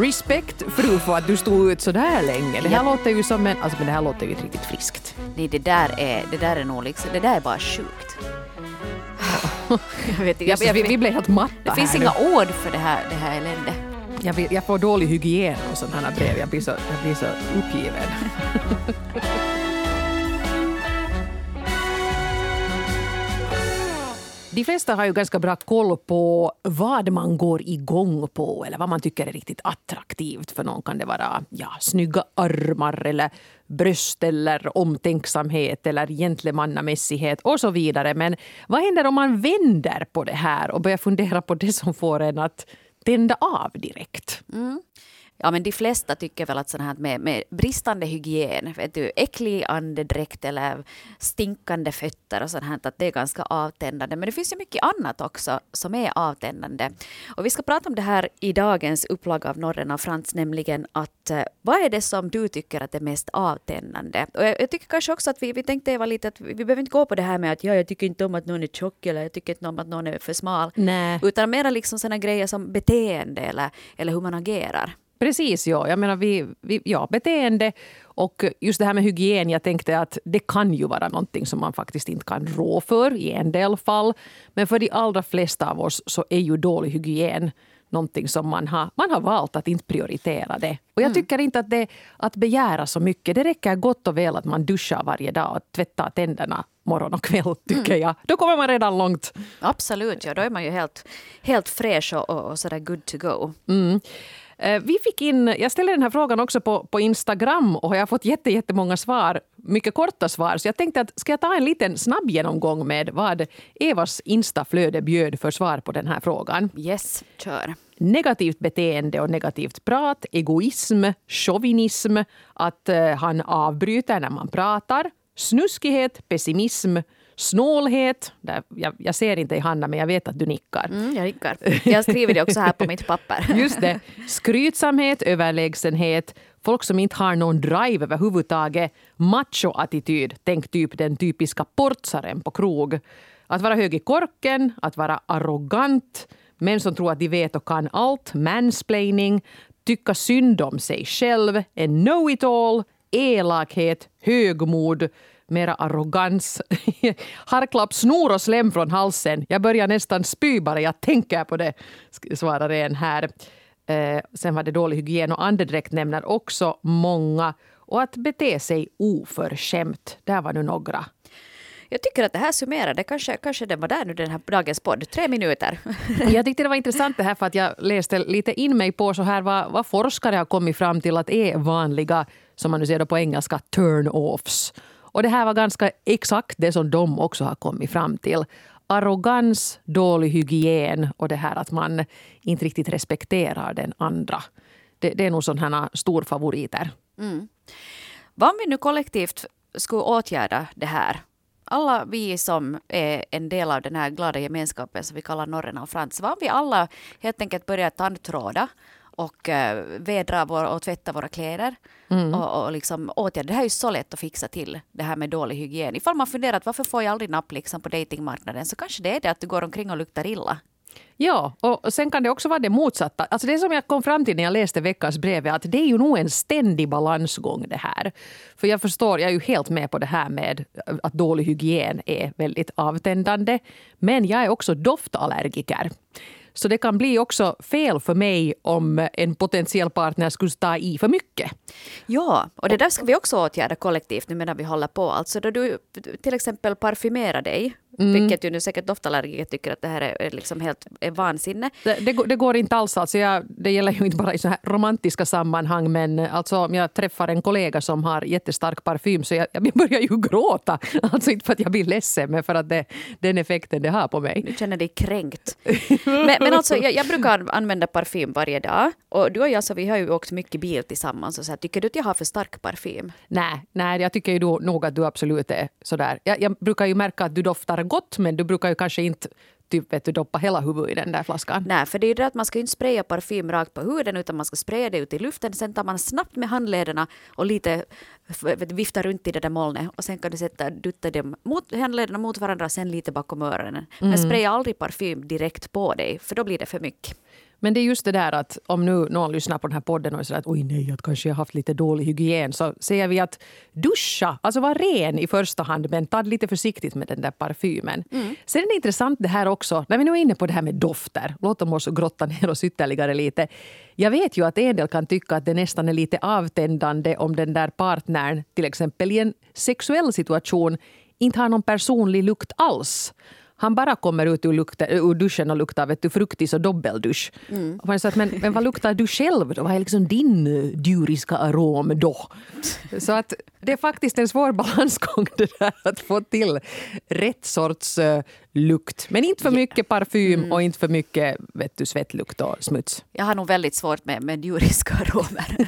Respekt fru för att du stod ut så där länge. Det här låter ju som men det här låter ju inte riktigt friskt. Nej, det där är nog liksom, det där är bara sjukt. Jag vet inte, vi blev helt matta. Det finns inga ord för det här elände. Jag får dålig hygien och sådana här brev. Jag blir så uppgiven. De flesta har ju ganska bra koll på vad man går igång på eller vad man tycker är riktigt attraktivt. För någon kan det vara snygga armar eller bröst eller omtänksamhet eller gentlemannamässighet och så vidare. Men vad händer om man vänder på det här och börjar fundera på det som får en att tända av direkt? Ja, men de flesta tycker väl att sån här med bristande hygien, vet du, äcklig andedräkt eller stinkande fötter och sånt här, att det är ganska avtändande. Men det finns ju mycket annat också som är avtändande. Och vi ska prata om det här i dagens upplaga av Norren och Frans, nämligen att vad är det som du tycker att är mest avtändande? Och jag tycker kanske också att vi tänkte Eva lite att vi behöver inte gå på det här med att jag tycker inte om att någon är tjock eller jag tycker inte om att någon är för smal. Nej. Utan mer liksom såna grejer som beteende eller hur man agerar. Precis, ja. Jag menar beteende och just det här med hygien. Jag tänkte att det kan ju vara någonting som man faktiskt inte kan rå för i en del fall. Men för de allra flesta av oss så är ju dålig hygien någonting som man har valt att inte prioritera det. Och jag tycker inte att det att begära så mycket. Det räcker gott och väl att man duschar varje dag och tvättar tänderna morgon och kväll, tycker jag. Då kommer man redan långt. Absolut, ja. Då är man ju helt fräsch och sådär good to go. Vi fick in, jag ställde den här frågan också på Instagram och jag har fått jättemånga svar, mycket korta svar. Så jag tänkte att ska jag ta en liten snabb genomgång med vad Evas Instaflöde bjöd för svar på den här frågan. Yes, kör. Negativt beteende och negativt prat, egoism, chauvinism, att han avbryter när man pratar, snuskighet, pessimism, snålhet. Jag ser inte i Hanna, men jag vet att du nickar. Jag nickar. Jag skriver det också här på mitt papper. Just det. Skrytsamhet, överlägsenhet, folk som inte har någon drive överhuvudtaget, macho-attityd, tänk typ den typiska portsaren på krog. Att vara hög i korken, att vara arrogant, män som tror att de vet och kan allt, mansplaining, tycka synd om sig själv, en know-it-all, elakhet, högmod, mera arrogans, harklapp, snor och slem från halsen. Jag börjar nästan spy bara jag tänker på det, svarar en här. Sen var det dålig hygien och andedräkt nämner också många. Och att bete sig oförskämt. Där var nu några. Jag tycker att det här summerade. Kanske det var där nu den här dagens podd. 3 minuter. Jag tyckte det var intressant det här för att jag läste lite in mig på så här vad forskare har kommit fram till att är vanliga, som man nu ser på engelska, turn-offs. Och det här var ganska exakt det som de också har kommit fram till. Arrogans, dålig hygien och det här att man inte riktigt respekterar den andra. Det är nog sådana storfavoriter. Vad om vi nu kollektivt skulle åtgärda det här? Alla vi som är en del av den här glada gemenskapen som vi kallar Norren och Frans. Vad om vi alla helt enkelt börjar tandtråda och vädra och tvätta våra kläder och liksom åtgärda. Det här är ju så lätt att fixa till, det här med dålig hygien. Ifall man funderar att varför får jag aldrig napp liksom på datingmarknaden, så kanske det är det att du går omkring och luktar illa. Ja, och sen kan det också vara det motsatta. Alltså det som jag kom fram till när jag läste veckans brev är att det är ju nog en ständig balansgång det här. För jag är ju helt med på det här med att dålig hygien är väldigt avtändande. Men jag är också doftallergiker. Så det kan bli också fel för mig om en potentiell partner skulle ta i för mycket. Ja, och det där ska vi också åtgärda kollektivt nu medan vi håller på. Alltså då du till exempel parfymerar dig, vilket ju nu säkert doftallergiker tycker att det här är liksom helt vansinne. Det går inte alls. Alltså det gäller ju inte bara i så här romantiska sammanhang, men alltså om jag träffar en kollega som har jättestark parfym så jag börjar ju gråta. Alltså inte för att jag blir ledsen, men för att den effekten det har på mig. Du känner dig kränkt. Men alltså jag brukar använda parfym varje dag. Och du och jag, så vi har ju åkt mycket bil tillsammans. Och så här, tycker du att jag har för stark parfym? Nej, jag tycker ju nog att du absolut är sådär. Jag brukar ju märka att du doftar gott, men du brukar ju kanske inte doppa hela huvudet i den där flaskan. Nej, för det är ju det att man ska inte spraya parfym rakt på huden, utan man ska spraya det ut i luften. Sen tar man snabbt med handlederna och lite viftar runt i det där molnet. Och sen kan du dutta dem handlederna mot varandra och sen lite bakom öronen. Men spraya aldrig parfym direkt på dig, för då blir det för mycket. Men det är just det där att om nu någon lyssnar på den här podden och säger att oj nej, att kanske jag har haft lite dålig hygien, så säger vi att duscha, alltså var ren i första hand, men ta det lite försiktigt med den där parfymen. Sen är det intressant det här också, när vi nu är inne på det här med dofter, låt oss grotta ner oss ytterligare lite. Jag vet ju att en del kan tycka att det nästan är lite avtändande om den där partnern, till exempel i en sexuell situation, inte har någon personlig lukt alls. Han bara kommer ut ur duschen och luktar fruktis och dobbeldusch. Och man säger, men vad luktar du själv då? Vad är liksom din djuriska arom då? Så att det är faktiskt en svår balansgång det där att få till rätt sorts lukt. Men inte för mycket parfym och inte för mycket svettlukt och smuts. Jag har nog väldigt svårt med djuriska aromer.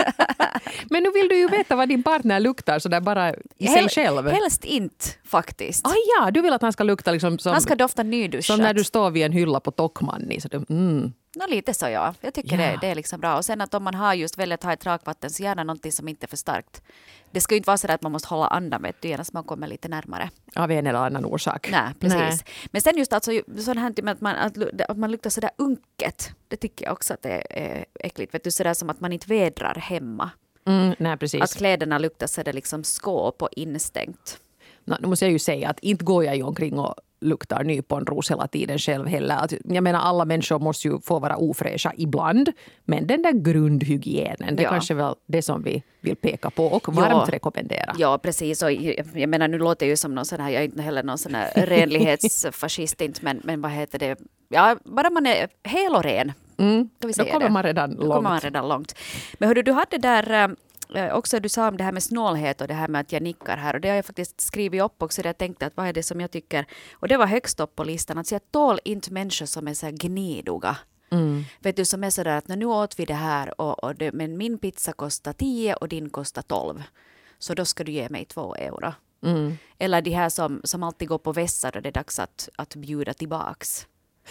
Men nu vill du ju veta vad din partner luktar så där bara i sig själv. Helst inte faktiskt. Ja, du vill att han ska lukta liksom som, han ska dofta nyduschat. som när du står vid en hylla på Tokmanni. Så Lite så ja. Jag tycker det är liksom bra. Och sen att om man har just väldigt ha ett rakvatten så gärna någonting som inte är för starkt. Det ska ju inte vara så att man måste hålla andan med det så man kommer lite närmare. Av en eller annan orsak. Nej, precis. Nej. Men sen just alltså sån här att man luktar sådär unket. Det tycker jag också att det är äckligt. Vet du, sådär som att man inte vädrar hemma. Nej, precis. Att kläderna luktar sådär liksom skåp och instängt. Nu måste jag ju säga att inte går jag ju omkring och luktar nyponros hela tiden själv heller. Att, jag menar, alla människor måste ju få vara ofräscha ibland. Men den där grundhygienen, det kanske väl det som vi vill peka på och varmt rekommendera. Ja, precis. Och jag menar, nu llåter jag ju som någon sån här, jag är inte heller någon sån här renlighetsfascist, men vad heter det? Ja, bara man är hel och ren. Då kommer man redan långt. Men hördu, du hade där också, du sa om det här med snålhet och det här med att jag nickar här, och det har jag faktiskt skrivit upp också, där jag tänkte att vad är det som jag tycker, och det var högst upp på listan, att jag tål inte människor som är så här gniduga. Vet du, som är sådär att nu åt vi det här men min pizza kostar 10 och din kostar 12, så då ska du ge mig 2 euro. Eller de här som alltid går på vässar och det är dags att bjuda tillbaks.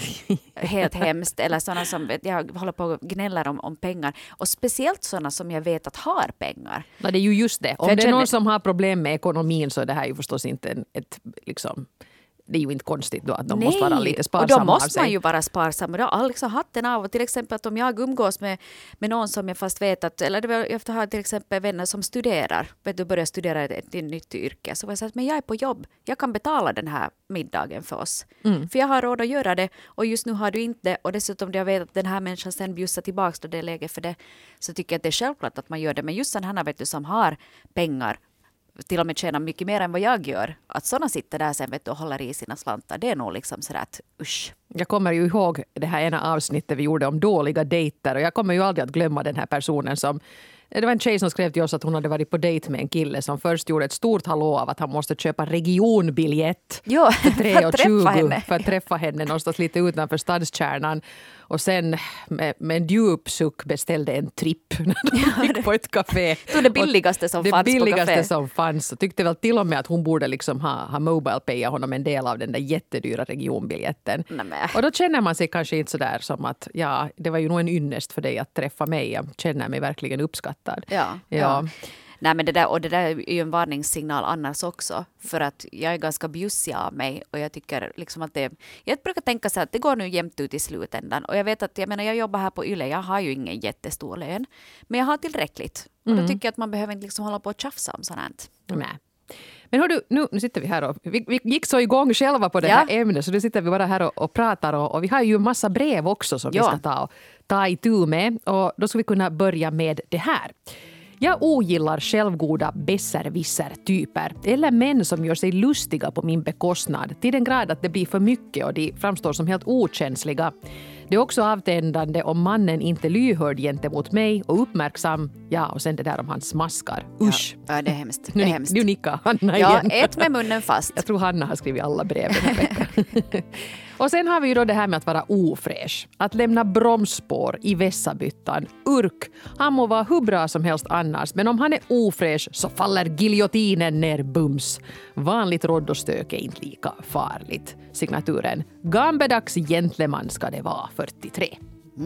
Helt hemskt. Eller sådana som jag håller på och gnäller om pengar. Och speciellt sådana som jag vet att har pengar. Ja, det är ju just det. Om det är någon som har problem med ekonomin så är det här ju förstås inte ett liksom... Det är ju inte konstigt då att de måste vara lite sparsamma. Och då måste man ju vara sparsam. Och då har liksom hatten av. Och till exempel att om jag umgås med någon som jag fast vet att, eller jag har till exempel vänner som studerar. Vet du, börjar studera ett nytt yrke. Så jag säger att men jag är på jobb. Jag kan betala den här middagen för oss. För jag har råd att göra det. Och just nu har du inte det. Och dessutom jag vet att den här människan sen bjussar tillbaka då det är läge för det. Så tycker jag att det är självklart att man gör det. Men just sådana här vet du som har pengar, till och med tjänar mycket mer än vad jag gör. Att sådana sitter där sen vet du, och håller i sina slantar. Det är nog liksom sådär att usch. Jag kommer ju ihåg det här ena avsnittet vi gjorde om dåliga dejter. Och jag kommer ju aldrig att glömma den här personen som... Det var en tjej som skrev till oss att hon hade varit på dejt med en kille som först gjorde ett stort hallå av att han måste köpa regionbiljett för 3,20 för att träffa henne någonstans lite utanför stadskärnan. Och sen med en djup suck beställde en tripp när de gick på ett café. Det billigaste som fanns på café. Det billigaste som fanns. Och tyckte väl till och med att hon borde liksom ha MobilePaya honom en del av den där jättedyra regionbiljetten. Och då känner man sig kanske inte så där som att ja, det var ju nog en ynnest för dig att träffa mig. Jag känner mig verkligen uppskattad. Ja. Nej, men det där är ju en varningssignal annars också. För att jag är ganska bjussig av mig. Och jag tycker liksom att jag brukar tänka så att det går nu jämnt ut i slutändan. Och jag vet att jag jobbar här på Yle. Jag har ju ingen jättestor lön. Men jag har tillräckligt. Och då tycker jag att man behöver inte liksom hålla på och tjafsa om sånt. Nej. Men hördu, nu sitter vi här och vi gick så igång själva på det här ämnet, så nu sitter vi bara här och pratar och vi har ju en massa brev också som vi ska ta itu med, och då ska vi kunna börja med det här. Jag ogillar självgoda besserwisser-typer eller män som gör sig lustiga på min bekostnad till den grad att det blir för mycket och de framstår som helt okänsliga. Det är också avtändande om mannen inte lyhörd gentemot mig och uppmärksam. Ja, och sen det där om han smaskar. Usch. Ja, det är hemskt. Nu nickar Hanna igen. Ja, ett med munnen fast. Jag tror Hanna har skrivit alla brev den här veckan. Och sen har vi ju då det här med att vara ofräsch. Att lämna bromsspår i vässabyttan. Urk. Han må vara hur bra som helst annars. Men om han är ofräsch så faller giljotinen ner bums. Vanligt råd och stök är inte lika farligt. Signaturen. Gambedags gentleman ska det vara 43.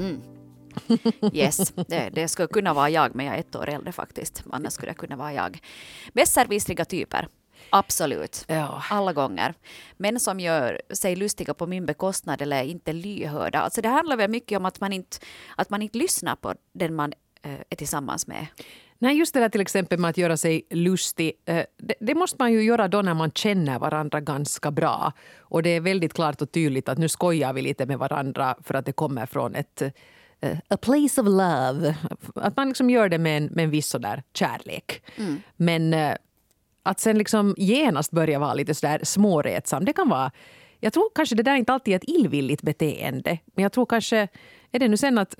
Yes, det skulle kunna vara jag, men jag är 1 år äldre faktiskt. Annars skulle det kunna vara jag. Besserwissriga typer. Absolut. Ja. Alla gånger. Män som gör sig lustiga på min bekostnad eller inte lyhörda. Alltså det handlar väl mycket om att man inte lyssnar på den man är tillsammans med. Nej, just det där till exempel med att göra sig lustig. Det måste man ju göra då när man känner varandra ganska bra. Och det är väldigt klart och tydligt att nu skojar vi lite med varandra för att det kommer från ett a place of love. Att man liksom gör det med en viss sådär kärlek. Men att sen liksom genast börja vara lite sådär smårätsam, det kan vara... Jag tror kanske det där inte alltid är ett illvilligt beteende. Men jag tror kanske... Är det nu sen att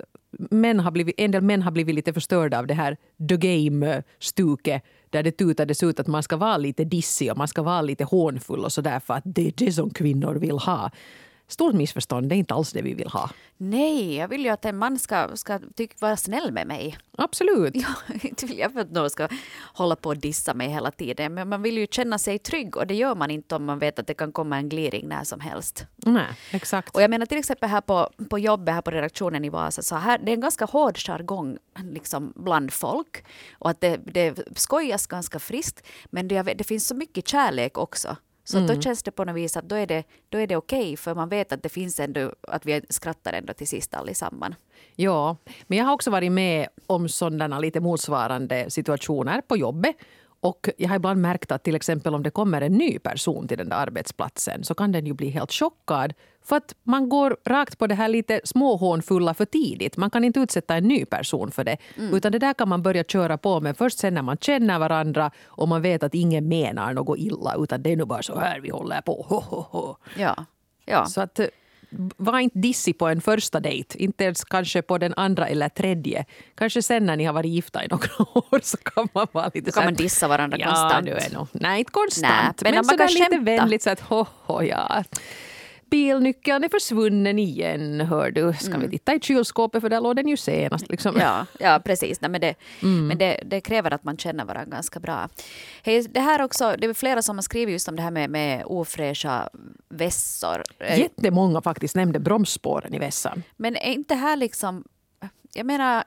en del män har blivit lite förstörda av det här the game-stuket där det tutades ut att man ska vara lite dissig och man ska vara lite hånfull och sådär för att det är det som kvinnor vill ha. Stort missförstånd, det är inte alls det vi vill ha. Nej, jag vill ju att en man ska vara snäll med mig. Absolut. Ja, inte vill jag att någon ska hålla på och dissa mig hela tiden. Men man vill ju känna sig trygg och det gör man inte om man vet att det kan komma en gliring när som helst. Nej, exakt. Och jag menar till exempel här på jobbet här på redaktionen i Vasa så här, det är en ganska hård jargong liksom bland folk och att det skojas ganska friskt men det finns så mycket kärlek också. Så då känns det på något vis att då är det okej för man vet att det finns ändå, att vi skrattar ändå till sist allisamman. Ja, men jag har också varit med om sådana lite motsvarande situationer på jobbet. Och jag har ibland märkt att till exempel om det kommer en ny person till den där arbetsplatsen så kan den ju bli helt chockad. För att man går rakt på det här lite småhånfulla för tidigt. Man kan inte utsätta en ny person för det. Utan det där kan man börja köra på med först sen när man känner varandra och man vet att ingen menar något illa. Utan det är nu bara så här vi håller på. Ho, ho, ho. Ja. Så att... Var inte dissig på en första dejt. Inte ens kanske på den andra eller tredje. Kanske sen när ni har varit gifta i några år så kan man vara lite så kan man dissa varandra konstant. Nej, inte konstant. Nej, men så man kan lite skämta. vänligt så att ja. Bilnyckeln är försvunnen igen, hör du. Ska vi titta i kylskåpet för där låg den ju senast. Liksom. Ja, precis. Nej, men det kräver att man känner varandra ganska bra. Hej, det här också, det är flera som har skrivit just om det här med ofräscha vässor. Jättemånga faktiskt nämnde bromsspåren i vässan. Men är inte här liksom, jag menar...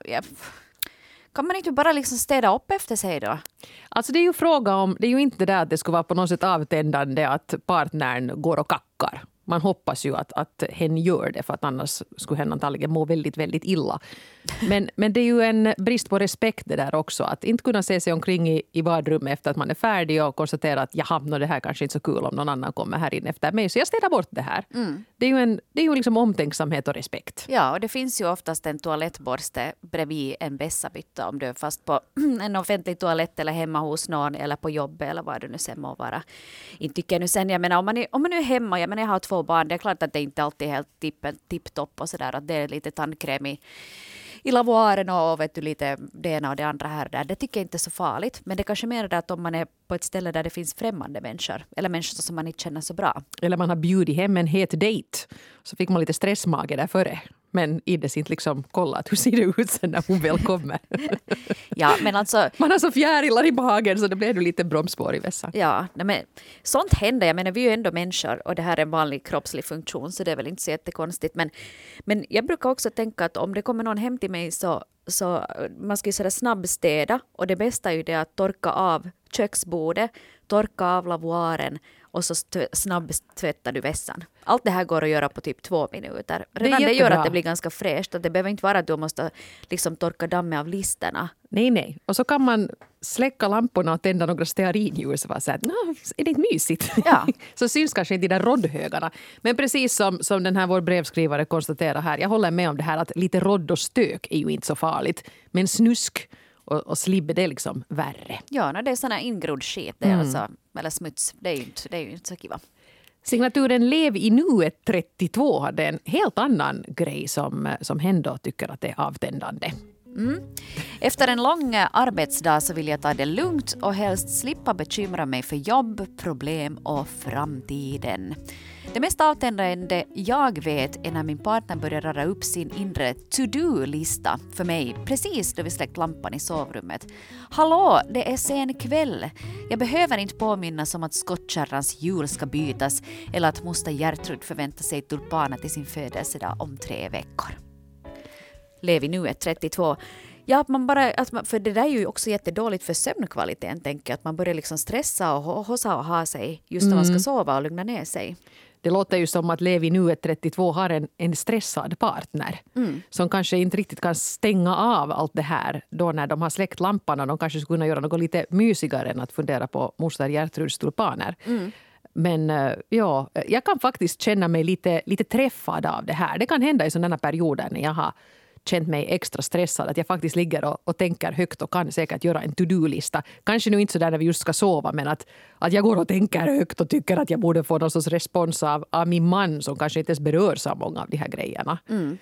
Kan man inte bara liksom städa upp efter sig då? Alltså det är ju fråga om, det är ju inte det att det skulle vara på något sätt avtändande att partnern går och kackar. Man hoppas ju att hen gör det för att annars skulle hen antagligen må väldigt, väldigt illa. Men det är ju en brist på respekt det där också. Att inte kunna se sig omkring i badrummet efter att man är färdig och konstatera att jaha, det här kanske inte är så kul om någon annan kommer här in efter mig. Så jag ställer bort det här. Det är ju liksom omtänksamhet och respekt. Ja, och det finns ju oftast en toalettborste bredvid en vässabytta om du är fast på en offentlig toalett eller hemma hos någon eller på jobbet eller vad det nu sen må vara. Inte tycker jag nu sen, jag menar om man nu är hemma, jag menar jag har 2 barn, det är klart att det inte alltid är helt tipptopp och sådär, att det är lite tandkräm i lavoaren och vet du, lite det ena och det andra här och där. Det tycker jag inte är så farligt. Men det är kanske mer det att om man är på ett ställe där det finns främmande människor eller människor som man inte känner så bra. Eller man har bjudit hem en het dejt. Så fick man lite stressmage där före. Men Iddes inte liksom kolla att hur ser det ut sen när hon väl kommer. Ja, men alltså... Man har så fjärilar i magen så det blev lite bromsspår i vässan. Ja, men sånt händer. Jag menar, vi är ju ändå människor och det här är en vanlig kroppslig funktion så det är väl inte så jättekonstigt. Men jag brukar också tänka att om det kommer någon hem till mig så man ska ju sådär snabbstäda och det bästa är ju det att torka av köksbordet, torka av lavoaren och så snabbtvättar du vässan. Allt det här går att göra på typ 2 minuter. Redan det gör att det blir ganska fräscht och det behöver inte vara att du måste liksom torka dammet av listerna. Nej. Och så kan man släcka lamporna och tända några stearinljus och vara så här, är det inte mysigt? Ja. Så syns kanske inte de där roddhögarna. Men precis som den här vår brevskrivare konstaterar här, jag håller med om det här att lite rodd och stök är ju inte så farligt. Men snusk och slibb, det är liksom värre. Ja, det är sån här ingrodd skit, det är alltså, eller smuts, det är ju inte så kiva. Signaturen Lev i nuet 32 hade en helt annan grej som hände och tycker att det är avtändande. Efter en lång arbetsdag så vill jag ta det lugnt och helst slippa bekymra mig för jobb, problem och framtiden. Det mest avtändande jag vet är när min partner börjar röra upp sin inre to-do-lista för mig precis då vi släckt lampan i sovrummet. Hallå, det är sen kväll. Jag behöver inte påminnas om att skottkärrans hjul ska bytas eller att moster Gertrud förväntar sig tulpaner till sin födelsedag om 3 veckor. Lev i nuet 32. Ja, att man bara, för det där är ju också jättedåligt för sömnkvaliteten, tänker jag. Att man börjar liksom stressa och hossa och ha sig just när man ska sova och lugna ner sig. Det låter ju som att Levi nu 32 har en stressad partner som kanske inte riktigt kan stänga av allt det här då när de har släckt lampan. De kanske skulle kunna göra något lite mysigare än att fundera på moster Gertruds tulpaner. Men ja, jag kan faktiskt känna mig lite träffad av det här. Det kan hända i sådana perioder när jag har känt mig extra stressad. Att jag faktiskt ligger och tänker högt och kan säkert göra en to-do-lista. Kanske nu inte så där när vi just ska sova, men att jag går och tänker högt och tycker att jag borde få någon sorts respons av min man som kanske inte ens berörs av många av de här grejerna.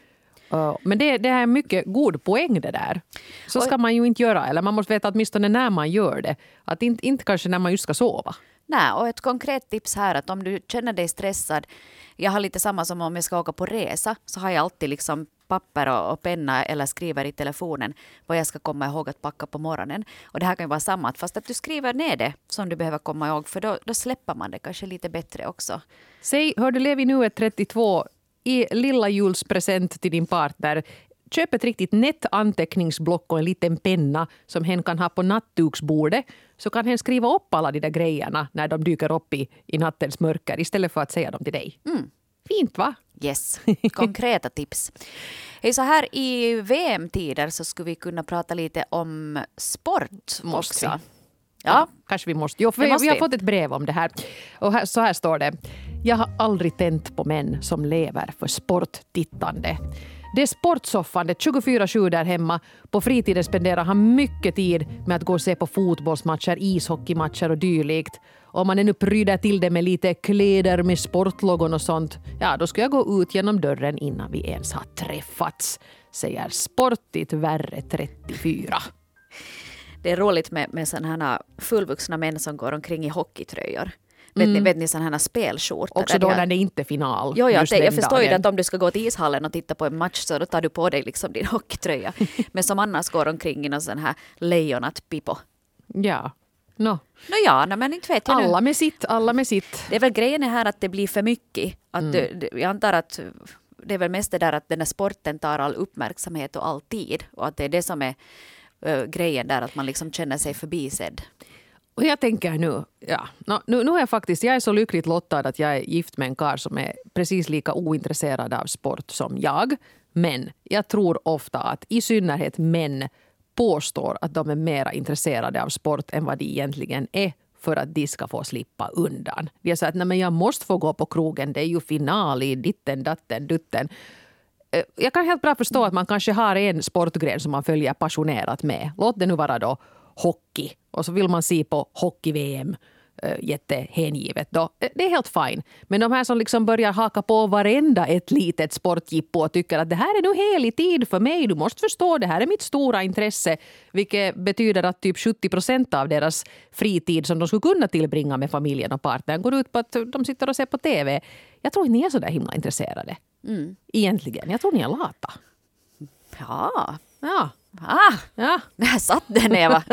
Men det är en mycket god poäng det där. Så ska man ju inte göra. Eller man måste veta åtminstone när man gör det. Att inte kanske när man just ska sova. Nej, och ett konkret tips här att om du känner dig stressad, jag har lite samma som om jag ska åka på resa, så har jag alltid liksom papper och penna eller skriver i telefonen vad jag ska komma ihåg att packa på morgonen. Och det här kan ju vara samma, fast att du skriver ner det som du behöver komma ihåg, för då släpper man det kanske lite bättre också. Säg, hör du Levi nu 32 i lilla julspresent till din partner. Köp ett riktigt nätt anteckningsblock och en liten penna som hen kan ha på nattduksbordet. Så kan hen skriva upp alla de där grejerna när de dyker upp i nattens mörker istället för att säga dem till dig. Fint, va? Yes, konkreta tips. Så här i VM-tider så skulle vi kunna prata lite om sport också. Ja, kanske vi måste. Jo, för vi har fått ett brev om det här. Och så här står det. Jag har aldrig tänt på män som lever för sporttittande. Det är sportsoffande 24/7 där hemma. På fritiden spenderar han mycket tid med att gå och se på fotbollsmatcher, ishockeymatcher och dylikt. Om man ännu pryder till det med lite kläder med sportlogon och sånt, ja, då ska jag gå ut genom dörren innan vi ens har träffats, säger sportigt värre 34. Det är roligt med sådana här fullvuxna män som går omkring i hockeytröjor. Vet ni sådana här spelskjortor? Också då när det inte är final. Jag förstår ju att om du ska gå till ishallen och titta på en match så då tar du på dig liksom din hockeytröja. Men som annars går omkring i någon sån här lejonat-pipo. Ja. Men inte vet jag nu. Alla med sitt. Det är väl grejen här att det blir för mycket. Att jag antar att det är väl mest det där att den här sporten tar all uppmärksamhet och all tid. Och att det är det som är grejen där, att man liksom känner sig förbisedd. Och jag tänker nu jag är så lyckligt lottad att jag är gift med en karl som är precis lika ointresserad av sport som jag. Men jag tror ofta att i synnerhet män påstår att de är mer intresserade av sport än vad de egentligen är för att de ska få slippa undan. Vi har sagt att jag måste få gå på krogen, det är ju final i ditten, datten, dutten. Jag kan helt bra förstå att man kanske har en sportgren som man följer passionerat med. Låt det nu vara då hockey. Och så vill man se på hockey-VM jättehängivet då. Det är helt fine. Men de här som liksom börjar haka på varenda ett litet sportjippo och tycker att det här är nu helig tid för mig. Du måste förstå, det här är mitt stora intresse. Vilket betyder att typ 70% av deras fritid som de skulle kunna tillbringa med familjen och partnern går ut på att de sitter och ser på TV. Jag tror inte ni är så där himla intresserade. Egentligen. Jag tror ni är lata. Ja. Ja. Där satt den, Eva.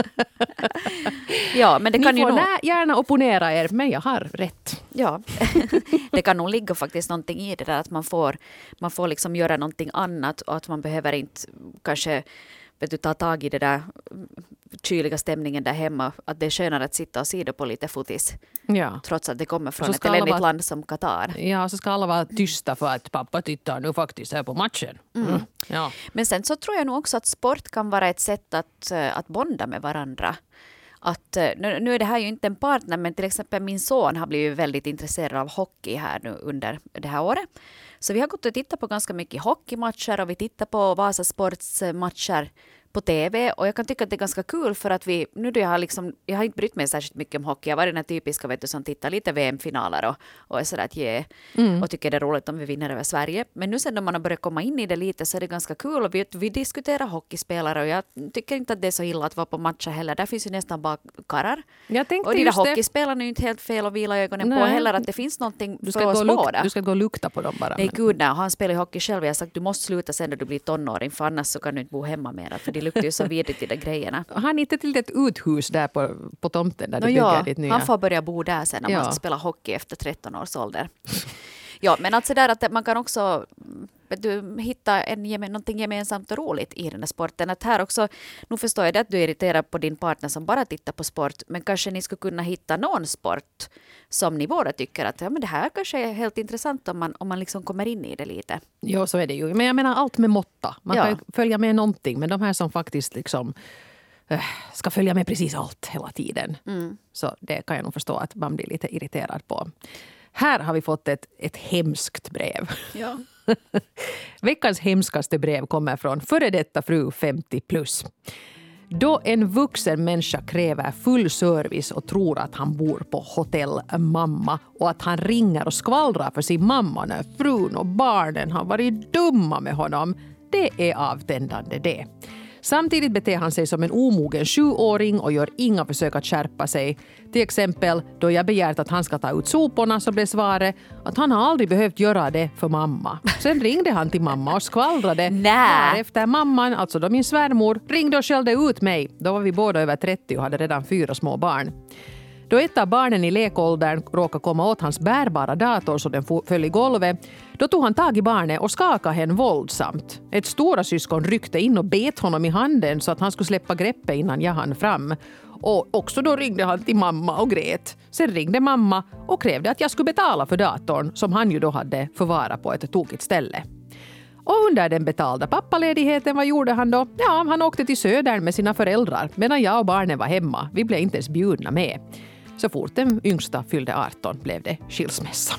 Ja, men det kan ni ju får nog gärna opponera er, men jag har rätt. Ja, det kan nog ligga faktiskt någonting i det där att man får liksom göra någonting annat och att man behöver inte kanske ta tag i det där kyliga stämningen där hemma. Att det är skönare att sitta och se det på lite fotis. Ja. Trots att det kommer från ett eländigt land som Qatar. Ja, så ska alla vara tysta för att pappa tittar nu faktiskt här på matchen. Ja. Men sen så tror jag nog också att sport kan vara ett sätt att bonda med varandra. Att, nu är det här ju inte en partner, men till exempel min son har blivit väldigt intresserad av hockey här nu under det här året. Så vi har gått och tittat på ganska mycket hockeymatcher och vi tittar på Vasa Sports matcher på TV, och jag kan tycka att det är ganska kul för att jag har inte brytt mig särskilt mycket om hockey. Jag var den här typiska som tittar lite VM-finaler och är sådär att och tycker det är roligt om vi vinner över Sverige. Men nu sen när man har börjat komma in i det lite så är det ganska kul, och vi diskuterar hockeyspelare och jag tycker inte att det är så illa att vara på matcher heller. Där finns ju nästan bara karrar. Och de där hockeyspelarna är ju inte helt fel att vila ögonen på heller, att det finns någonting för oss båda. Du ska gå och lukta på dem bara. Nej, gud nej. Han spelar hockey själv. Jag har sagt du måste sluta sen när du blir tonåring, för annars så kan du inte bo hemma mer. För det luktar ju så vidrigt i de grejerna. Har ni inte till ett uthus där på tomten där du bygger ditt nya? Han får börja bo där sen när man ska spela hockey efter 13 års ålder. Ja, men alltså där att man kan också du hitta någonting gemensamt och roligt i den här sporten. Att här också, nu förstår jag att du är irriterad på din partner som bara tittar på sport, men kanske ni skulle kunna hitta någon sport som ni båda tycker att men det här kanske är helt intressant om man liksom kommer in i det lite. Ja, så är det ju. Men jag menar allt med måtta. Man kan ju följa med någonting, men de här som faktiskt liksom ska följa med precis allt hela tiden. Så det kan jag nog förstå att man blir lite irriterad på. Här har vi fått ett hemskt brev. Ja. Veckans hemskaste brev kommer från före detta fru 50 plus. Då en vuxen människa kräver full service och tror att han bor på hotell mamma och att han ringer och skvallrar för sin mamma när frun och barnen har varit dumma med honom, det är avtändande det. Samtidigt beter han sig som en omogen 7-åring och gör inga försök att skärpa sig. Till exempel då jag begärt att han ska ta ut soporna så blev svaret att han har aldrig behövt göra det för mamma. Sen ringde han till mamma och skvallrade. Efter mamman, alltså då min svärmor, ringde och skällde ut mig. Då var vi båda över 30 och hade redan 4 små barn. Då ett av barnen i lekåldern råkade komma åt hans bärbara dator så den föll i golvet, då tog han tag i barnet och skakade henne våldsamt. Ett stora syskon ryckte in och bet honom i handen så att han skulle släppa greppet innan jag hann fram. Och också då ringde han till mamma och grät. Sen ringde mamma och krävde att jag skulle betala för datorn som han ju då hade förvarat på ett tokigt ställe. Och under den betalda pappaledigheten, vad gjorde han då? Ja, han åkte till södern med sina föräldrar medan jag och barnen var hemma. Vi blev inte ens bjudna med. Så fort den yngsta fyllde 18 blev det skilsmässa.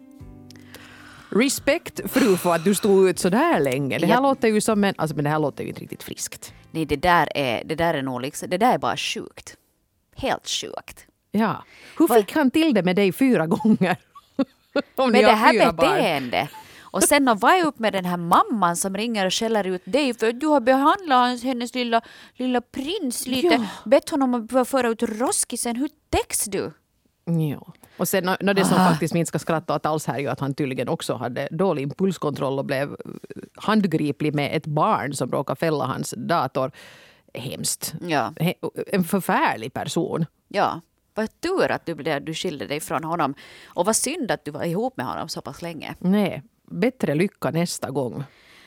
Respekt, fru, för att du stod ut så där länge. Det här låter ju som men det här låter ju inte riktigt friskt. Nej, det där är nog liksom, det där är bara sjukt. Helt sjukt. Ja. Hur fick han till det med dig 4 gånger? Med det här beteende. Och sen att vara upp med den här mamman som ringer och skäller ut dig för att du har behandlat hennes lilla prins lite. Ja. Bett honom att föra ut roskisen. Hur täcks du? Ja. Och sen när det som faktiskt minst ska skratta åt alls här är ju att han tydligen också hade dålig impulskontroll och blev handgriplig med ett barn som råkade fälla hans dator. Hemskt. Ja. En förfärlig person. Ja. Vad tur att du skilde dig från honom. Och vad synd att du var ihop med honom så pass länge. Nej, bättre lycka nästa gång.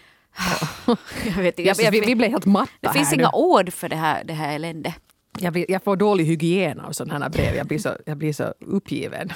Jag vet inte. Vi blev helt matta här. Det finns inga ord för det här elände. Jag får dålig hygien av sådana här brev. Jag blir så uppgiven.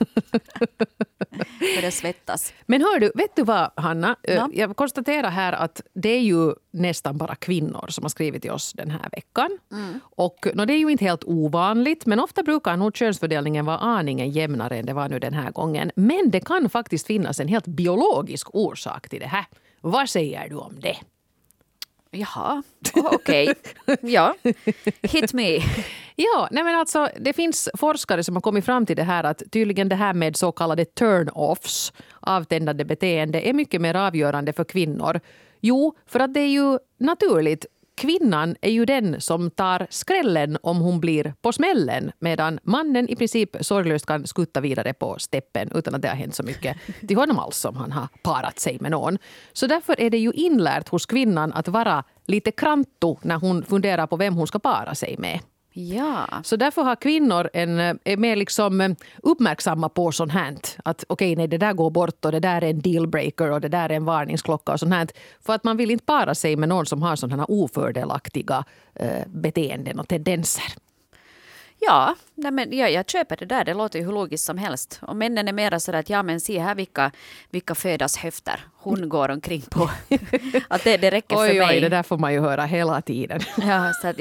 För det svettas. Men hör du, vet du vad, Hanna? Ja. Jag konstaterar här att det är ju nästan bara kvinnor som har skrivit till oss den här veckan. Och det är ju inte helt ovanligt, men ofta brukar nog könsfördelningen vara aningen jämnare än det var nu den här gången. Men det kan faktiskt finnas en helt biologisk orsak till det här. Vad säger du om det? Jaha, okej. Ja, hit me. Ja, nej men alltså, det finns forskare som har kommit fram till det här att tydligen det här med så kallade turn-offs, avtändande beteende, är mycket mer avgörande för kvinnor. Jo, för att det är ju naturligt. Kvinnan är ju den som tar skrällen om hon blir på smällen, medan mannen i princip sorglöst kan skutta vidare på steppen utan att det har hänt så mycket till honom alls som han har parat sig med någon. Så därför är det ju inlärt hos kvinnan att vara lite kranto när hon funderar på vem hon ska para sig med. Ja. Så därför har kvinnor är mer liksom uppmärksamma på sånt här. Att okej, nej, det där går bort och det där är en dealbreaker och det där är en varningsklocka och sånt här. För att man vill inte para sig med någon som har sådana ofördelaktiga beteenden och tendenser. Ja, nej men jag köper det där. Det låter ju hur logiskt som helst. Och männen är mera sådär att ja men se här vilka födas höfter hon går omkring på. Att det räcker för mig. Oj, det där får man ju höra hela tiden. Ja, så att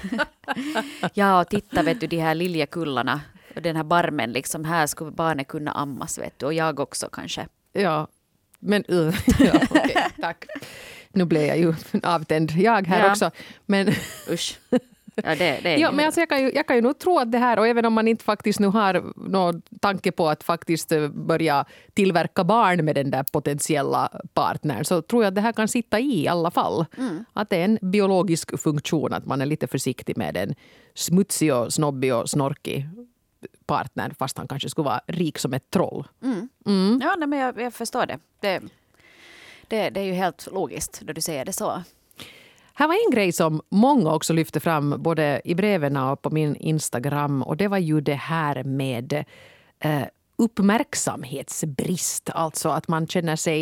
ja, och titta vet du de här liljekullarna och den här barmen liksom här skulle barnet kunna ammas vet du och jag också kanske. Ja, men ja, okej, tack. Nu blev jag ju avtänd jag här också. Men usch. Ja, det är ja, men alltså jag kan ju nog tro att det här, och även om man inte faktiskt nu har någon tanke på att faktiskt börja tillverka barn med den där potentiella partnern, så tror jag att det här kan sitta i alla fall. Att det är en biologisk funktion att man är lite försiktig med en smutsig och snobbig och snorkig partner fast han kanske skulle vara rik som ett troll. Ja, nej, men jag förstår det. Det är ju helt logiskt då du säger det så. Här var en grej som många också lyfte fram både i breven och på min Instagram, och det var ju det här med uppmärksamhetsbrist. Alltså att man känner sig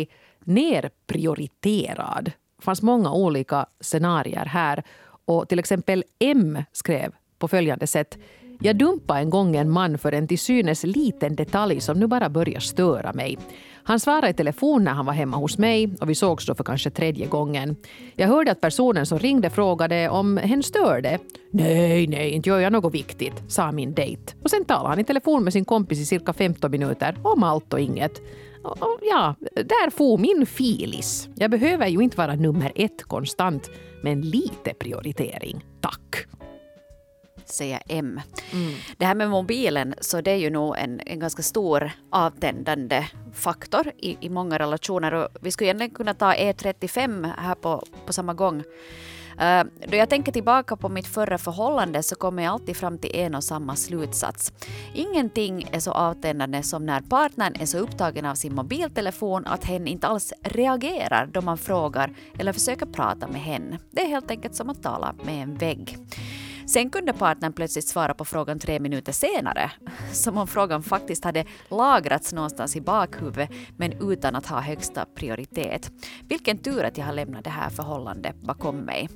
nerprioriterad. Det fanns många olika scenarier här. Och till exempel M skrev på följande sätt: jag dumpade en gång en man för en till synes liten detalj som nu bara börjar störa mig. Han svarade i telefon när han var hemma hos mig och vi sågs då för kanske 3:e gången. Jag hörde att personen som ringde frågade om hen störde. Nej, inte gör jag något viktigt, sa min dejt. Och sen talade han i telefon med sin kompis i cirka 15 minuter om allt och inget. Och ja, där får min filis. Jag behöver ju inte vara nummer 1 konstant, men lite prioritering, tack. Säga M. Det här med mobilen, så det är ju nog en ganska stor avtändande faktor i många relationer. Och vi skulle egentligen kunna ta E35 här på samma gång. Då jag tänker tillbaka på mitt förra förhållande så kommer jag alltid fram till en och samma slutsats. Ingenting är så avtändande som när partnern är så upptagen av sin mobiltelefon att hen inte alls reagerar då man frågar eller försöker prata med henne. Det är helt enkelt som att tala med en vägg. Sen kunde partnern plötsligt svara på frågan 3 minuter senare, som om frågan faktiskt hade lagrats någonstans i bakhuvudet men utan att ha högsta prioritet. Vilken tur att jag har lämnat det här förhållandet bakom mig.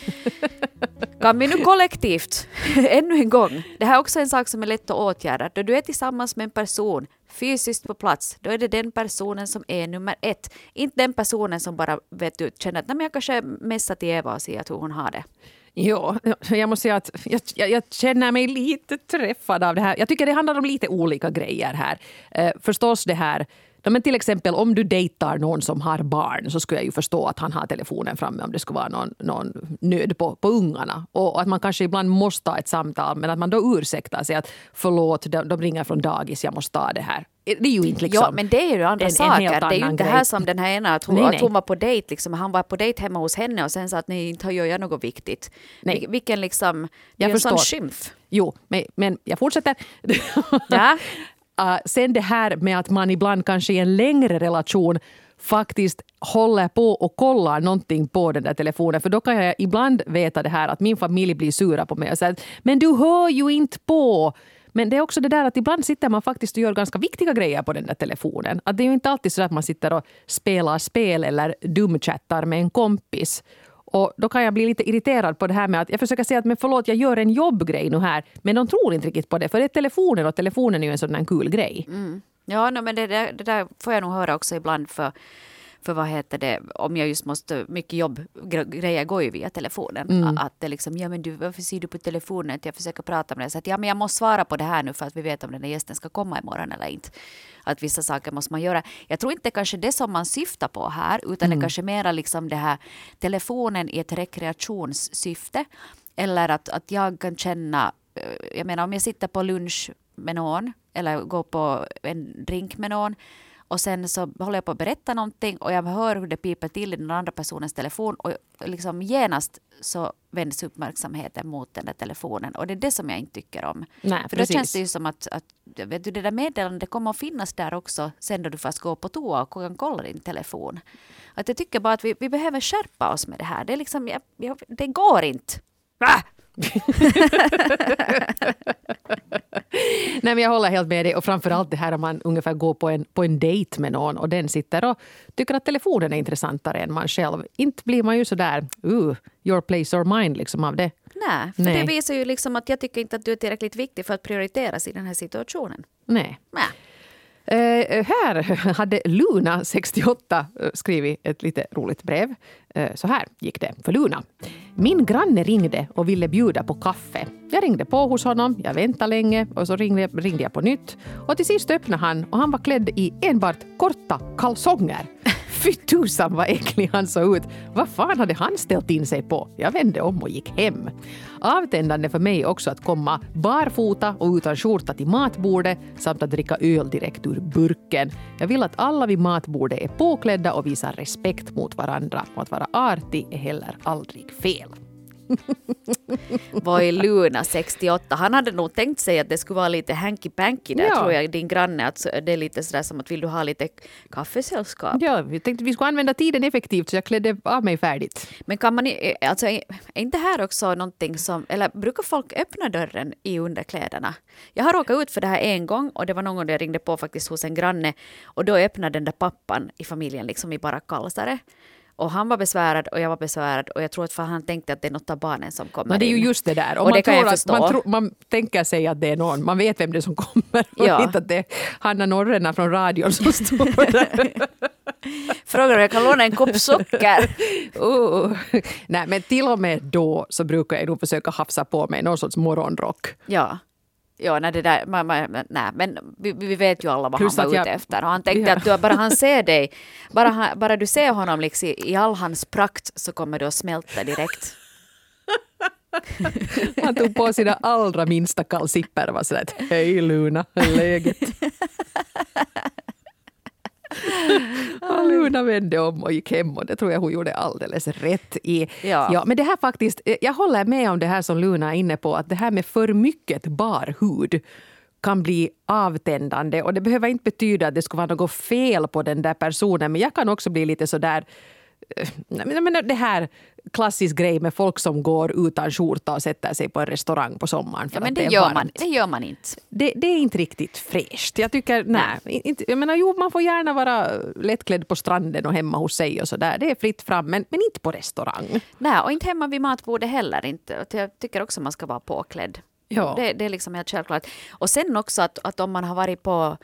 Kan vi nu kollektivt, ännu en gång, det här är också en sak som är lätt att åtgärda. Då du är tillsammans med en person fysiskt på plats, då är det den personen som är nummer 1. Inte den personen som bara känner att jag kanske messar till Eva och säger att hur hon har det. Ja, jag måste säga att jag känner mig lite träffad av det här. Jag tycker det handlar om lite olika grejer här. Förstås det här, men till exempel om du dejtar någon som har barn så skulle jag ju förstå att han har telefonen framme om det skulle vara någon nöd på ungarna. Och att man kanske ibland måste ha ett samtal, men att man då ursäktar sig att förlåt, de ringer från dagis, jag måste ta det här. Det är ju inte liksom... Ja, men det är ju andra saker. Det är ju inte grej. Här som den här ena, att hon var på dejt. Liksom, han var på dejt hemma hos henne och sen sa att nej, inte gör jag något viktigt. Nej. Vilken liksom... Det är en sån skymf. Jo, men jag fortsätter. Ja. Sen det här med att man ibland kanske i en längre relation faktiskt håller på och kollar någonting på den där telefonen. För då kan jag ibland veta det här att min familj blir sura på mig och säger men du hör ju inte på. Men det är också det där att ibland sitter man faktiskt och gör ganska viktiga grejer på den där telefonen. Att det är ju inte alltid så att man sitter och spelar spel eller dumchattar med en kompis. Och då kan jag bli lite irriterad på det här med att jag försöker säga att men förlåt, jag gör en jobbgrej nu här. Men de tror inte riktigt på det, för det är telefonen och telefonen är ju en sån här kul grej. Mm. Ja, men det där får jag nog höra också ibland för vad heter det, om jag just måste, mycket jobbgrejer går ju via telefonen. Att det liksom, ja men varför ser du på telefonen att jag försöker prata med dig? Så att ja men jag måste svara på det här nu för att vi vet om den här gästen ska komma imorgon eller inte. Att vissa saker måste man göra. Jag tror inte kanske det som man syftar på här, utan det kanske mera liksom det här telefonen i ett rekreationssyfte. Eller att jag kan känna, jag menar om jag sitter på lunch med någon eller går på en drink med någon och sen så håller jag på att berätta någonting och jag hör hur det piper till i den andra personens telefon och liksom genast så vänds uppmärksamheten mot den där telefonen och det är det som jag inte tycker om. Nej, för då känns det ju som att vet du, det där meddelandet kommer att finnas där också sen då du fast går på toa och kan kolla din telefon. Att jag tycker bara att vi behöver skärpa oss med det här. Det är liksom, det går inte. Nej, men jag håller helt med dig och framförallt det här om man ungefär går på en dejt med någon och den sitter och tycker att telefonen är intressantare än man själv. Inte blir man ju sådär your place or mine liksom av det. Nej, för det visar ju liksom att jag tycker inte att du är tillräckligt viktig för att prioriteras i den här situationen. Nej. Här hade Luna 68 skrivit ett lite roligt brev. Så här gick det för Luna. Min granne ringde och ville bjuda på kaffe. Jag ringde på hos honom, jag väntade länge och så ringde jag på nytt. Och till sist öppnade han och han var klädd i enbart korta kalsonger. Fy tusan vad äcklig han såg ut. Vad fan hade han ställt in sig på? Jag vände om och gick hem. Avtändande för mig också att komma barfota och utan skjorta till matbordet samt att dricka öl direkt ur burken. Jag vill att alla vid matbordet är påklädda och visar respekt mot varandra. Och att vara artig är heller aldrig fel. Voi Luna 68. Han hade nog tänkt sig att det skulle vara lite hanky-panky där, tror jag, din granne. Att det är lite sådär som att vill du ha lite kaffesällskap? Ja, vi tänkte att vi skulle använda tiden effektivt så jag klädde av mig färdigt. Men kan man, alltså, är inte här också någonting som, eller brukar folk öppna dörren i underkläderna? Jag har råkat ut för det här en gång och det var någon gång jag ringde på faktiskt hos en granne och då öppnade den där pappan i familjen liksom i bara kalsare. Och han var besvärad och jag var besvärad och jag tror att han tänkte att det är något av barnen som kommer in. Det är ju just det där. Och det kan jag förstå. Man tänker sig att det är någon, man vet vem det är som kommer. Och inte att det är Hanna Norrena från radion som står där. Frågar om jag kan låna en kopp socker. Nej, men till och med då så brukar jag nog försöka hafsa på mig någon sorts morgonrock. Ja, nej, det där, nej, men vi vet ju alla vad han var ute efter. Och han tänkte att bara han ser dig, bara du ser honom liksom i all hans prakt så kommer du att smälta direkt. Han tog på sina allra minsta kalsipper och var sådär att hej Luna, läget? Och Luna vände om och gick hem och det tror jag hon gjorde alldeles rätt i. Ja, men det här faktiskt, jag håller med om det här som Luna är inne på, att det här med för mycket bar hud kan bli avtändande och det behöver inte betyda att det skulle vara något fel på den där personen, men jag kan också bli lite sådär, men det här klassisk grej med folk som går utan skjorta och sätter sig på en restaurang på sommaren för men att det gör man inte. Det är inte riktigt fräscht. Jag tycker, jag menar, man får gärna vara lättklädd på stranden och hemma hos sig och sådär. Det är fritt fram, men inte på restaurang. Nej, och inte hemma vid matbordet heller. Inte. Jag tycker också man ska vara påklädd. Ja. Det är liksom helt självklart. Och sen också att om man har varit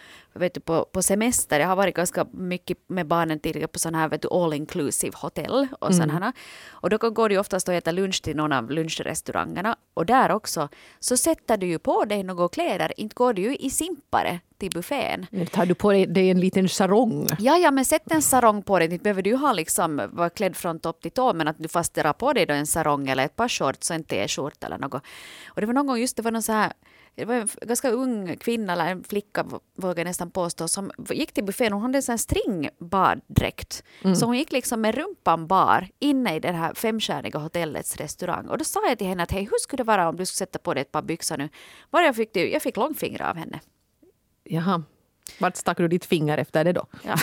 på semester, jag har varit ganska mycket med barnen tidigare på sådana här all inclusive hotell och sådana. Och då går det ju oftast att äta lunch till någon av lunchrestaurangerna och där också så sätter du ju på dig några kläder, inte går du ju i simpare till buffén. Tar du på dig en liten sarong? Ja, men sätt en sarong på dig. Inte behöver du ha liksom vara klädd från topp till tå, men att du fast drar på dig då en sarong eller ett par shorts och en t-skjorta eller något. Och det var någon gång det var någon så här, det var en ganska ung kvinna eller en flicka vågar jag nästan påstå som gick till buffén och hon hade en sån här stringbaddräkt. Så hon gick liksom med rumpan bar inne i det här 5-stjärniga hotellets restaurang. Och då sa jag till henne att hej, hur skulle det vara om du skulle sätta på dig ett par byxor nu? Jag fick långfingrar av henne. Jaha. Vart stack du ditt finger efter det då? Ja.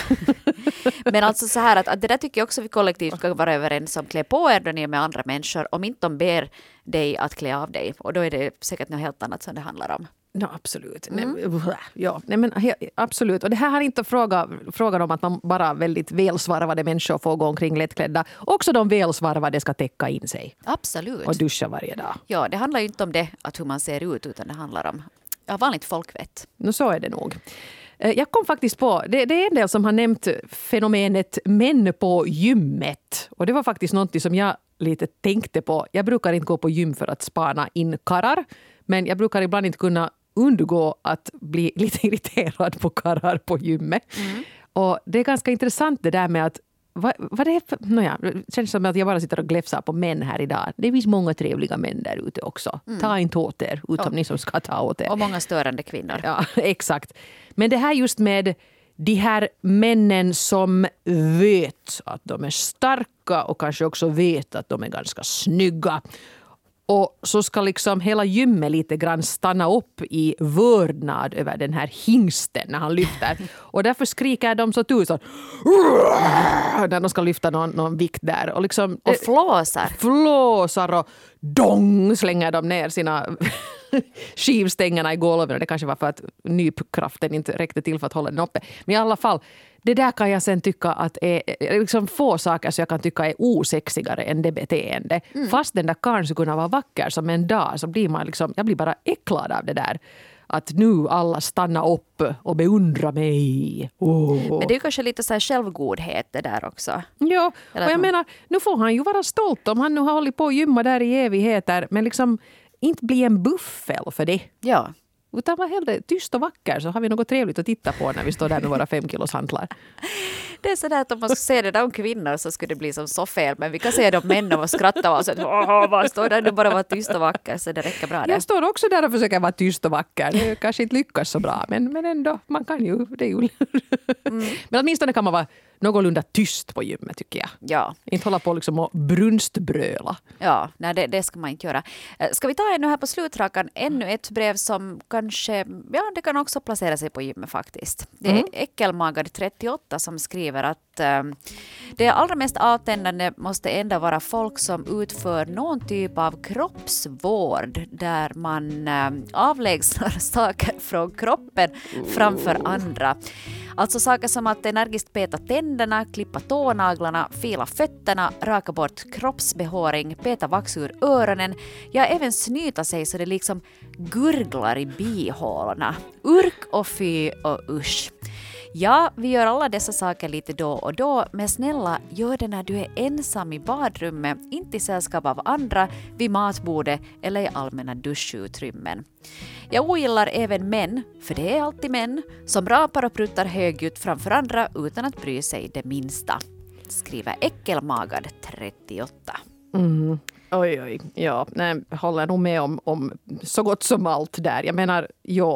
Men alltså så här att det där tycker jag också vi kollektivt ska vara överens om. Klä på er då ni är med andra människor. Om inte de ber dig att klä av dig. Och då är det säkert något helt annat som det handlar om. No, absolut. Absolut. Och det här har inte frågan om att man bara väldigt välsvarvade människor får gå omkring lättklädda. Också de välsvarvade ska täcka in sig. Absolut. Och duscha varje dag. Ja, det handlar ju inte om det, att hur man ser ut, utan det handlar om vanligt folkvett. Så är det nog. Jag kom faktiskt på, det är en del som har nämnt fenomenet män på gymmet. Och det var faktiskt något som jag lite tänkte på. Jag brukar inte gå på gym för att spana in karrar. Men jag brukar ibland inte kunna undgå att bli lite irriterad på karrar på gymmet. Och det är ganska intressant det där med att vad det är för, det känns som att jag bara sitter och gläfsar på män här idag. Det finns många trevliga män där ute också. Ta inte åt er, utom ni som ska ta åt er. Och många störande kvinnor. Ja, exakt. Men det här just med de här männen som vet att de är starka och kanske också vet att de är ganska snygga. Och så ska liksom hela gymmet lite grann stanna upp i vördnad över den här hingsten när han lyfter. Och därför skriker de så tusen när de ska lyfta någon vikt där. Och, liksom, och flåsar. Flåsar och dong slänger de ner sina skivstängerna i golvet. Det kanske var för att nypkraften inte räckte till för att hålla den uppe. Men i alla fall, det där kan jag sen tycka att är liksom få saker som jag kan tycka är osexigare än det beteende. Fast den där karln skulle kunna vara vacker som en dag så blir man liksom, jag blir bara äcklad av det där. Att nu alla stannar upp och beundrar mig. Men det är kanske lite så här självgodhet det där också. Ja, och jag menar, nu får han ju vara stolt om han nu har hållit på att gymma där i evigheter. Men liksom inte bli en buffel för det. Ja. Utan var hellre tyst och vacker så har vi något trevligt att titta på när vi står där med våra 5 kilos hantlar. Det är sådär att om man ska se det där om kvinnor så skulle det bli som så fel. Men vi kan se de männen och skratta och så att vad står där nu bara vara tyst och vacker så det räcker bra. Jag står också där och försöker vara tyst och vacker. Det kanske inte lyckas så bra men ändå, man kan ju, det är ju. Men åtminstone kan man vara någorlunda tyst på gymmet tycker jag. Ja. Inte hålla på liksom och brunstbröla. Ja, nej, det ska man inte göra. Ska vi ta ännu här på slutrakan ännu ett brev som kanske, ja det kan också placera sig på gymmet faktiskt. Det är Äckelmagad 38 som skriver att det allra mest avtändande måste ändå vara folk som utför någon typ av kroppsvård där man avlägsnar saker från kroppen framför andra. Alltså saker som att energiskt peta tänderna, klippa tånaglarna, fila fötterna, raka bort kroppsbehåring, peta vax ur öronen, ja även snyta sig så det liksom gurglar i bihålorna. Urk och fy och usch. Ja, vi gör alla dessa saker lite då och då, men snälla, gör det när du är ensam i badrummet, inte i sällskap av andra, vid matbordet eller i allmänna duschutrymmen. Jag ogillar även män, för det är alltid män, som rapar och pruttar högljutt framför andra utan att bry sig det minsta. Skriver Äckelmagad 38. Oj. Ja, nej, jag håller nog med om så gott som allt där. Jag menar,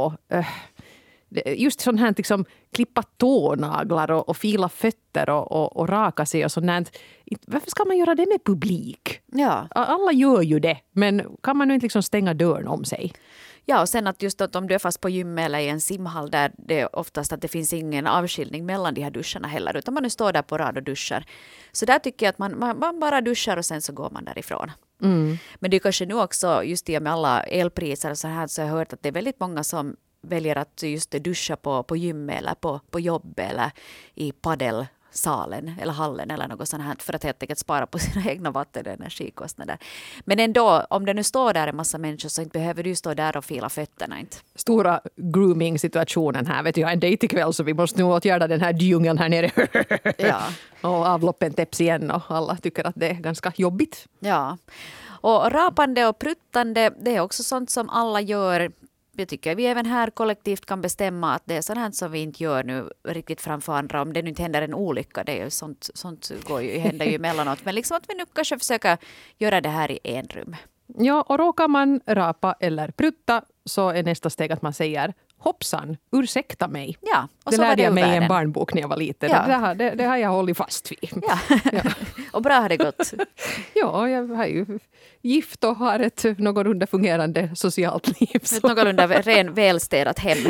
just sånt här liksom, klippa tånaglar och fila fötter och raka sig och sånt här. Varför ska man göra det med publik? Ja. Alla gör ju det, men kan man nu inte liksom stänga dörren om sig? Ja, och sen att just att om du är fast på gym eller i en simhall där det är oftast att det finns ingen avskiljning mellan de här duscharna heller, utan man nu står där på rad och duschar. Så där tycker jag att man bara duschar och sen så går man därifrån. Men det är kanske nu också, just i och med alla elpriser och så här, så har jag hört att det är väldigt många som väljer att just duscha på gym eller på jobb eller i paddelsalen eller hallen eller något sånt här för att helt enkelt spara på sina egna vatten- och energikostnader. Men ändå, om det nu står där en massa människor så inte behöver du stå där och fila fötterna. Inte. Stora grooming-situationen här. Vet du, jag har en dejt ikväll så vi måste nu åtgärda den här djungeln här nere. Ja. Och avloppen täpps igen och alla tycker att det är ganska jobbigt. Ja. Och rapande och pruttande, det är också sånt som alla gör. Jag tycker vi även här kollektivt kan bestämma att det är sånt här som vi inte gör nu riktigt framför andra. Om det nu inte händer en olycka, det är ju sånt händer ju emellanåt. Men liksom att vi nu kanske försöker göra det här i en rum. Ja, och råkar man rapa eller prutta så är nästa steg att man säger hoppsan, ursäkta mig. Ja, och det så lärde jag mig i en världen. barnbok när jag var liten. Ja. Det har jag hållit fast vid. Ja. Och bra har det gått. Ja, jag är ju gift och har ett någorlunda fungerande socialt liv. Ett någorlunda välstädat hem.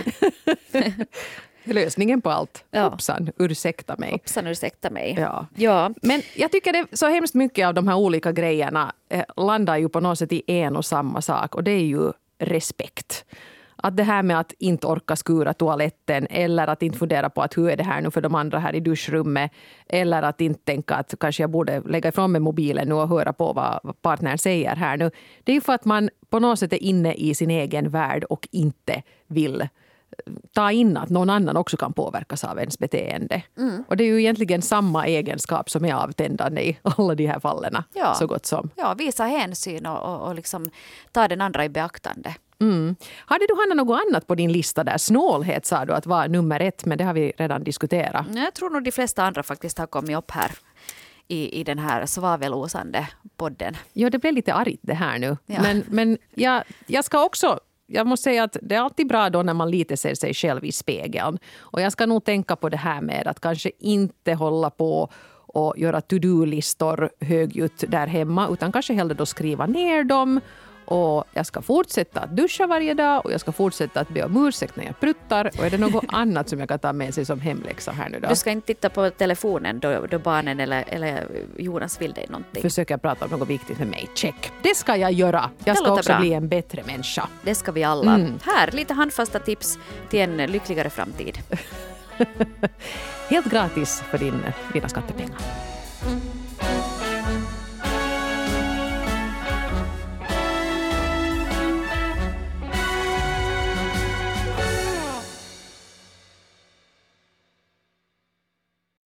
Lösningen på allt. Ja. Hoppsan, ursäkta mig. Hoppsan, ursäkta mig. Ja. Men jag tycker det så hemskt mycket av de här olika grejerna landar ju på något sätt i en och samma sak. Och det är ju respekt. Att det här med att inte orka skura toaletten eller att inte fundera på att hur är det här nu för de andra här i duschrummet eller att inte tänka att kanske jag borde lägga ifrån mig mobilen nu och höra på vad partnern säger här nu. Det är ju för att man på något sätt är inne i sin egen värld och inte vill ta in att någon annan också kan påverkas av ens beteende. Och det är ju egentligen samma egenskap som är avtändande i alla de här fallen. Ja. Så gott som. Ja, visa hänsyn och liksom ta den andra i beaktande. Hade du, Hanna, något annat på din lista där? Snålhet sa du att var nummer 1, men det har vi redan diskuterat. Jag tror nog de flesta andra faktiskt har kommit upp här i den här svavelosande podden. Ja, det blev lite argt det här nu. Ja. Men jag ska också... Jag måste säga att det är alltid bra då när man lite ser sig själv i spegeln. Och jag ska nog tänka på det här med att kanske inte hålla på och göra to-do-listor högljutt där hemma. Utan kanske hellre då skriva ner dem. Och jag ska fortsätta att duscha varje dag och jag ska fortsätta att be om ursäkt när jag pruttar. Och är det något annat som jag kan ta med sig som hemläxa här nu då? Du ska inte titta på telefonen då barnen eller Jonas vill dig någonting. Försöker prata om något viktigt med mig. Check. Det ska jag göra. Jag Det ska låter också bra. bli en bättre människa. Det ska vi alla. Här, lite handfasta tips till en lyckligare framtid. Helt gratis för dina skattepengar.